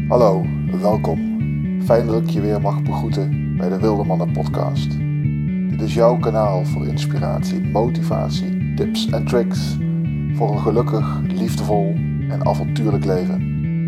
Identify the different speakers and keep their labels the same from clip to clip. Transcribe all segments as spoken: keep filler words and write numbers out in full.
Speaker 1: Hallo, welkom. Fijn dat ik je weer mag begroeten bij de Wilde Mannen podcast. Dit is jouw kanaal voor inspiratie, motivatie, tips en tricks voor een gelukkig, liefdevol en avontuurlijk leven.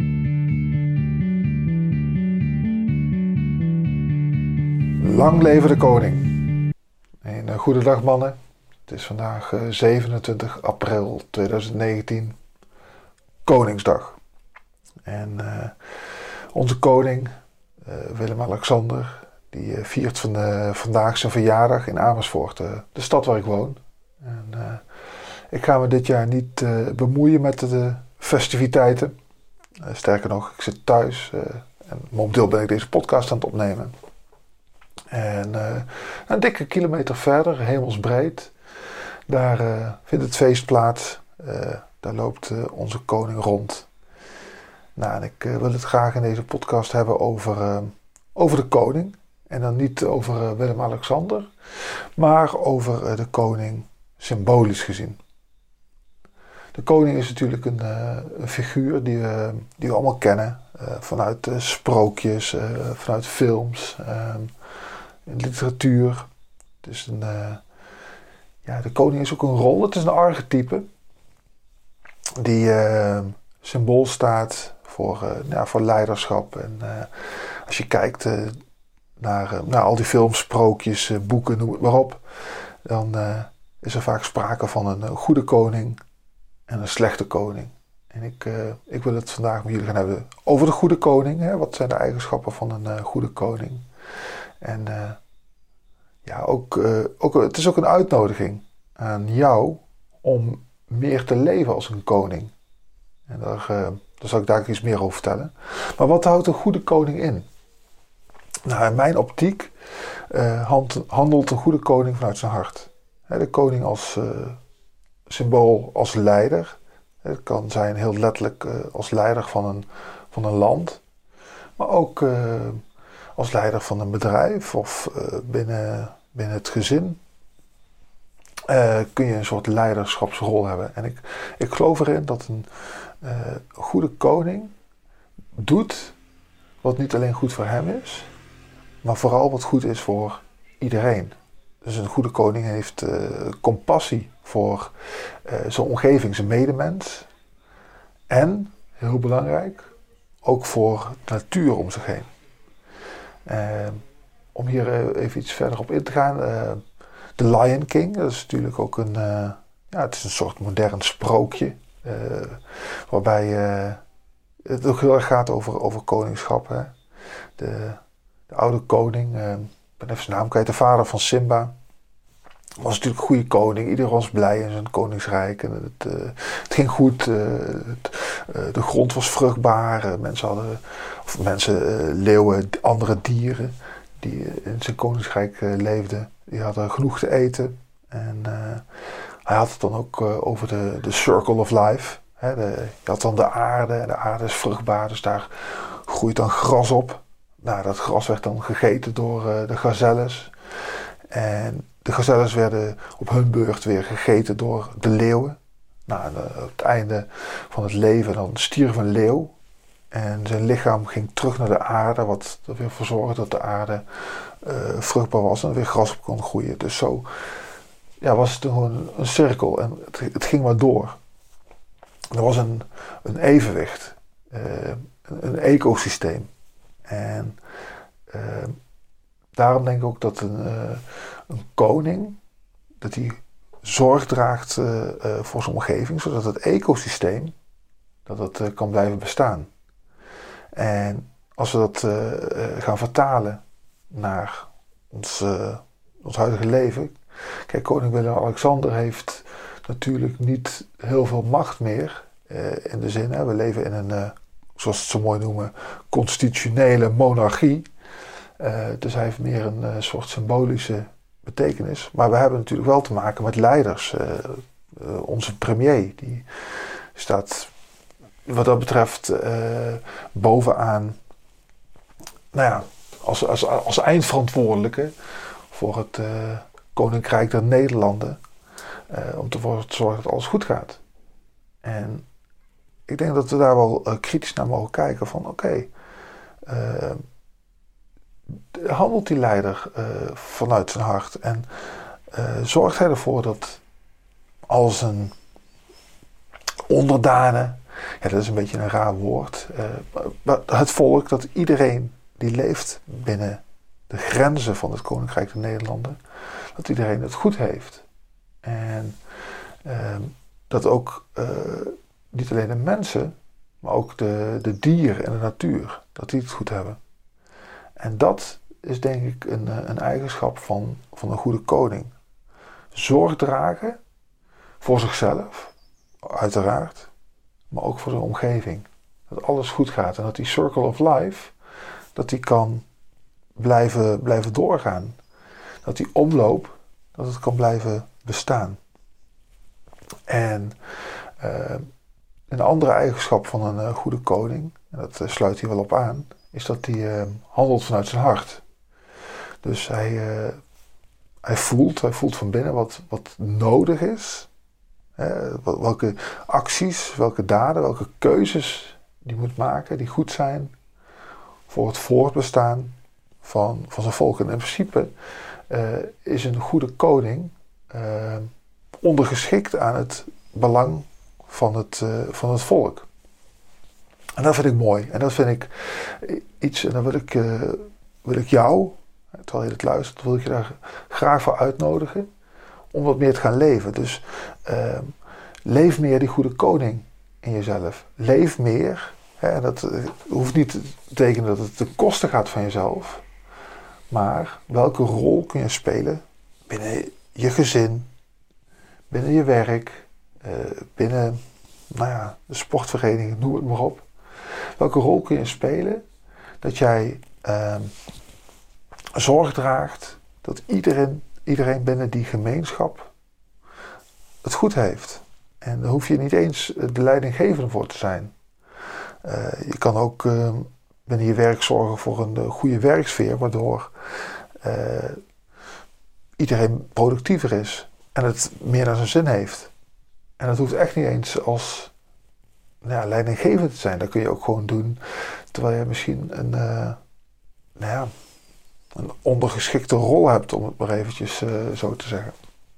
Speaker 1: Lang leven de koning. Een goede dag mannen. Het is vandaag zevenentwintig april tweeduizend negentien, Koningsdag. En uh, onze koning, uh, Willem-Alexander, die uh, viert van, uh, vandaag zijn verjaardag in Amersfoort, uh, de stad waar ik woon. En, uh, ik ga me dit jaar niet uh, bemoeien met de festiviteiten. Uh, sterker nog, ik zit thuis uh, en momenteel ben ik deze podcast aan het opnemen. En uh, een dikke kilometer verder, hemelsbreed, daar uh, vindt het feest plaats. Uh, daar loopt uh, onze koning rond. Nou, en ik uh, wil het graag in deze podcast hebben over, uh, over de koning. En dan niet over uh, Willem-Alexander, maar over uh, de koning symbolisch gezien. De koning is natuurlijk een, uh, een figuur die we, die we allemaal kennen. Uh, vanuit uh, sprookjes, uh, vanuit films, uh, in literatuur. Het is een, uh, ja, de koning is ook een rol, het is een archetype. Die uh, symbool staat voor, uh, ja, voor leiderschap. En uh, als je kijkt uh, naar, uh, naar al die films, sprookjes, uh, boeken, noem het maar op. Dan uh, is er vaak sprake van een uh, goede koning en een slechte koning. En ik, uh, ik wil het vandaag met jullie gaan hebben over de goede koning. Hè? Wat zijn de eigenschappen van een uh, goede koning? En uh, ja, ook, uh, ook, het is ook een uitnodiging aan jou om meer te leven als een koning. En daar, uh, daar zal ik daar iets meer over vertellen. Maar wat houdt een goede koning in? Nou, in mijn optiek uh, hand, handelt een goede koning vanuit zijn hart. He, de koning als uh, symbool, als leider. Het kan zijn heel letterlijk uh, als leider van een, van een land. Maar ook uh, als leider van een bedrijf of uh, binnen, binnen het gezin. Uh, kun je een soort leiderschapsrol hebben. En ik, ik geloof erin dat een uh, goede koning doet wat niet alleen goed voor hem is, maar vooral wat goed is voor iedereen. Dus een goede koning heeft uh, compassie voor uh, zijn omgeving, zijn medemens. En, heel belangrijk, ook voor de natuur om zich heen. Uh, om hier uh, even iets verder op in te gaan. Uh, The Lion King, dat is natuurlijk ook een, uh, ja, het is een soort modern sprookje. Uh, waarbij uh, het ook heel erg gaat over, over koningschap. Hè. De, de oude koning, uh, ik ben even zijn naam kwijt, de vader van Simba. Was natuurlijk een goede koning. Iedereen was blij in zijn koningsrijk. En het, uh, het ging goed. Uh, het, uh, de grond was vruchtbaar. Uh, mensen hadden, of mensen, uh, leeuwen, andere dieren die in zijn koningsrijk uh, leefden. Die hadden genoeg te eten. En uh, hij had het dan ook uh, over de, de circle of life. He, de, je had dan de aarde. En de aarde is vruchtbaar. Dus daar groeit dan gras op. Nou, dat gras werd dan gegeten door uh, de gazelles. En de gazelles werden op hun beurt weer gegeten door de leeuwen. Nou, en, uh, op het einde van het leven dan stierf een leeuw. En zijn lichaam ging terug naar de aarde, wat er weer voor zorgde dat de aarde uh, vruchtbaar was en er weer gras op kon groeien. Dus zo ja, was het gewoon een, een cirkel en het, het ging maar door. Er was een, een evenwicht, uh, een, een ecosysteem. En uh, daarom denk ik ook dat een, uh, een koning, dat hij zorg draagt uh, uh, voor zijn omgeving, zodat het ecosysteem dat het, uh, kan blijven bestaan. En als we dat uh, uh, gaan vertalen naar ons, uh, ons huidige leven. Kijk, koning Willem-Alexander heeft natuurlijk niet heel veel macht meer. Uh, in de zin, hè, we leven in een, uh, zoals ze het zo mooi noemen, constitutionele monarchie. Uh, dus hij heeft meer een uh, soort symbolische betekenis. Maar we hebben natuurlijk wel te maken met leiders. Uh, uh, onze premier, die staat wat dat betreft uh, bovenaan, nou ja, als, als, als eindverantwoordelijke voor het uh, Koninkrijk der Nederlanden, uh, om ervoor te zorgen dat alles goed gaat. En ik denk dat we daar wel uh, kritisch naar mogen kijken van oké, okay, uh, handelt die leider uh, vanuit zijn hart en uh, zorgt hij ervoor dat al zijn onderdanen, ja, dat is een beetje een raar woord, uh, maar het volk, dat iedereen die leeft binnen de grenzen van het Koninkrijk der Nederlanden, dat iedereen het goed heeft. En uh, dat ook uh, niet alleen de mensen, maar ook de, de dieren en de natuur, dat die het goed hebben. En dat is denk ik een, een eigenschap van, van een goede koning. Zorg dragen voor zichzelf, uiteraard, maar ook voor de omgeving. Dat alles goed gaat en dat die circle of life, dat die kan blijven, blijven doorgaan. Dat die omloop, dat het kan blijven bestaan. En uh, een andere eigenschap van een uh, goede koning, en dat uh, sluit hier wel op aan, is dat hij uh, handelt vanuit zijn hart. Dus hij, uh, hij voelt, hij voelt van binnen wat, wat nodig is. Hè, welke acties, welke daden, welke keuzes die moet maken, die goed zijn voor het voortbestaan van, van zijn volk. En in principe uh, is een goede koning uh, ondergeschikt aan het belang van het, uh, van het volk. En dat vind ik mooi. En dat vind ik iets, en dan wil ik, uh, wil ik jou, terwijl je het luistert, wil ik je daar graag voor uitnodigen om wat meer te gaan leven. Dus uh, leef meer die goede koning in jezelf. Leef meer. Hè, en dat uh, hoeft niet te betekenen dat het ten koste gaat van jezelf. Maar welke rol kun je spelen binnen je gezin, binnen je werk, uh, binnen nou ja, de sportvereniging, noem het maar op. Welke rol kun je spelen dat jij uh, zorg draagt dat iedereen, iedereen binnen die gemeenschap het goed heeft. En daar hoef je niet eens de leidinggevende voor te zijn. Uh, je kan ook uh, binnen je werk zorgen voor een uh, goede werksfeer, waardoor uh, iedereen productiever is en het meer naar zijn zin heeft. En dat hoeft echt niet eens als nou ja, leidinggevend te zijn. Dat kun je ook gewoon doen terwijl je misschien een, uh, nou ja, een ondergeschikte rol hebt, om het maar eventjes uh, zo te zeggen.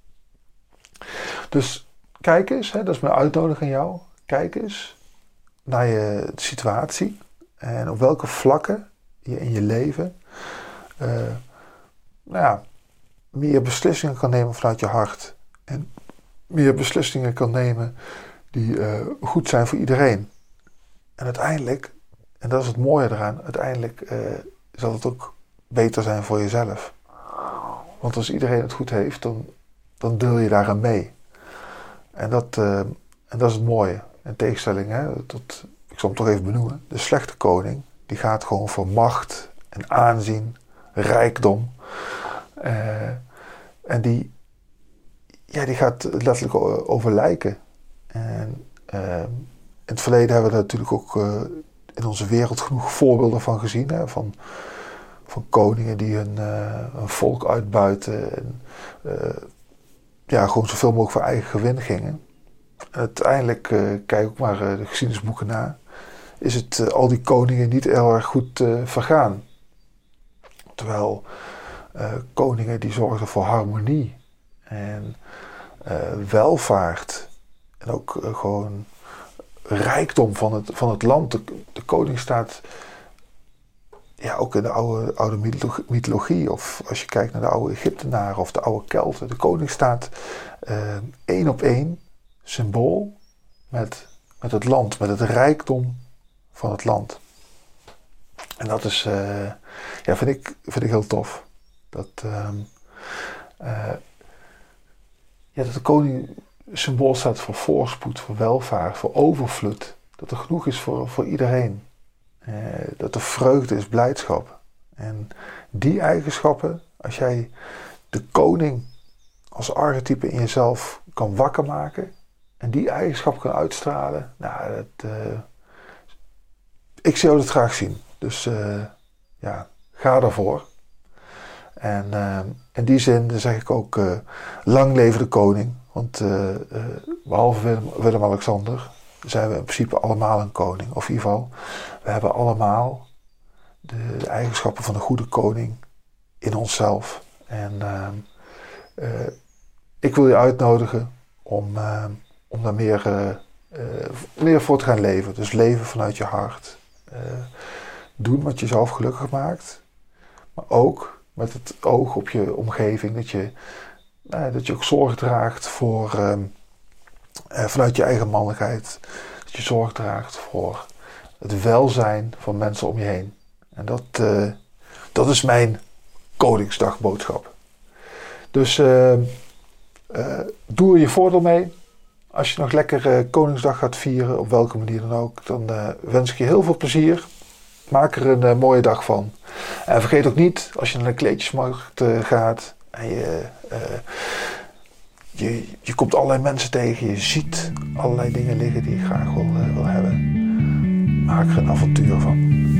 Speaker 1: Dus kijk eens, hè, dat is mijn uitnodiging aan jou. Kijk eens naar je situatie en op welke vlakken je in je leven uh, nou ja, meer beslissingen kan nemen vanuit je hart. En meer beslissingen kan nemen die uh, goed zijn voor iedereen. En uiteindelijk, en dat is het mooie eraan, uiteindelijk uh, zal het ook beter zijn voor jezelf. Want als iedereen het goed heeft, dan, dan deel je daaraan mee. En dat, uh, en dat is het mooie. In tegenstelling, hè, tot, ik zal hem toch even benoemen, de slechte koning, die gaat gewoon voor macht en aanzien, rijkdom. Uh, en die, ja, die gaat letterlijk over lijken. En uh, in het verleden hebben we er natuurlijk ook uh, in onze wereld genoeg voorbeelden van gezien. Hè, van, van koningen die hun, uh, hun volk uitbuiten. En uh, ja, gewoon zoveel mogelijk voor eigen gewin gingen. Uiteindelijk, uh, kijk ook maar uh, de geschiedenisboeken na, is het uh, al die koningen niet heel erg goed uh, vergaan. Terwijl uh, koningen die zorgden voor harmonie en uh, welvaart en ook uh, gewoon rijkdom van het, van het land. De, de koning staat ja, ook in de oude, oude mythologie, mythologie, of als je kijkt naar de oude Egyptenaren of de oude Kelten. De koning staat uh, één op één symbool met, met het land, met het rijkdom van het land. En dat is, uh, ja, vind ik, vind ik heel tof. Dat, uh, uh, ja, dat de koning symbool staat voor voorspoed, voor welvaart, voor overvloed. Dat er genoeg is voor, voor iedereen. Uh, dat er vreugde is, blijdschap. En die eigenschappen, als jij de koning als archetype in jezelf kan wakker maken en die eigenschap kan uitstralen, nou, dat, uh, ik zou dat graag zien. Dus uh, ja, ga daarvoor. En uh, in die zin zeg ik ook, uh, lang leven de koning. Want uh, uh, behalve Willem, Willem-Alexander zijn we in principe allemaal een koning. Of in ieder geval, we hebben allemaal de, de eigenschappen van een goede koning in onszelf. En uh, uh, ik wil je uitnodigen om, uh, om daar meer, uh, uh, meer voor te gaan leven. Dus leven vanuit je hart. Uh, doen wat jezelf gelukkig maakt. Maar ook met het oog op je omgeving. Dat je, uh, dat je ook zorg draagt voor, uh, uh, vanuit je eigen mannelijkheid. Dat je zorg draagt voor het welzijn van mensen om je heen. En dat, uh, dat is mijn Koningsdagboodschap. Dus uh, uh, doe er je voordeel mee. Als je nog lekker uh, Koningsdag gaat vieren, op welke manier dan ook, dan uh, wens ik je heel veel plezier. Maak er een uh, mooie dag van. En vergeet ook niet, als je naar de kleedjesmarkt uh, gaat en je, uh, je, je komt allerlei mensen tegen, je ziet allerlei dingen liggen die je graag wil, uh, wil hebben. Maak er een avontuur van.